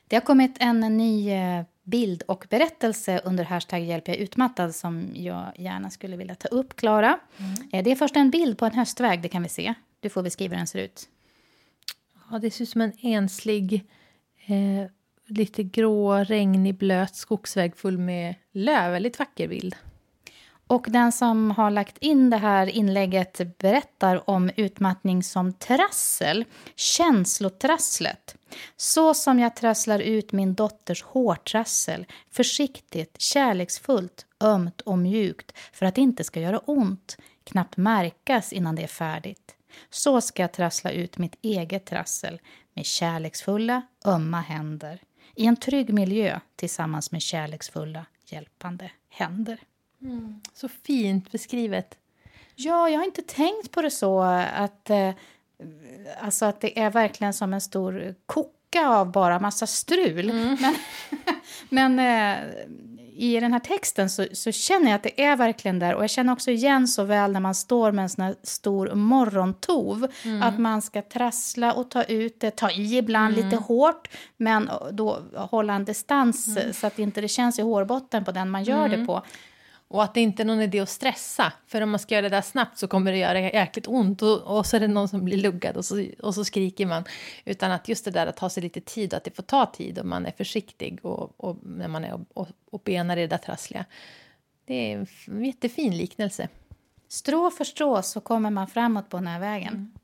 Det har kommit en ny bild och berättelse under hashtag hjälp jag är utmattad som jag gärna skulle vilja ta upp, Klara. Det är först en bild på en höstväg, det kan vi se. Du får beskriva hur den ser ut. Ja, det ser ut som en enslig, lite grå, regnig, blöt skogsväg full med löv. Väldigt vacker bild. Och den som har lagt in det här inlägget berättar om utmattning som trassel, känslotrasslet. Så som jag trasslar ut min dotters hårtrassel, försiktigt, kärleksfullt, ömt och mjukt för att det inte ska göra ont, knappt märkas innan det är färdigt. Så ska jag trassla ut mitt eget trassel med kärleksfulla, ömma händer. I en trygg miljö tillsammans med kärleksfulla, hjälpande händer. Så fint beskrivet. Ja, jag har inte tänkt på det så att, alltså att det är verkligen som en stor koka av bara massa strul. Men i den här texten så känner jag att det är verkligen där. Och jag känner också igen så väl när man står med en sån här stor morgontov. Att man ska trassla och ta ut det, ta i ibland lite hårt. Men då hålla en distans så att inte det känns i hårbotten på den man gör det på. Och att det inte är någon idé att stressa. För om man ska göra det där snabbt så kommer det göra jäkligt ont. Och så är det någon som blir luggad och så skriker man. Utan att just det där att ta sig lite tid. Att det får ta tid om man är försiktig. Och när man är och benar i det där trassliga. Det är en jättefin liknelse. Strå för strå så kommer man framåt på den här vägen.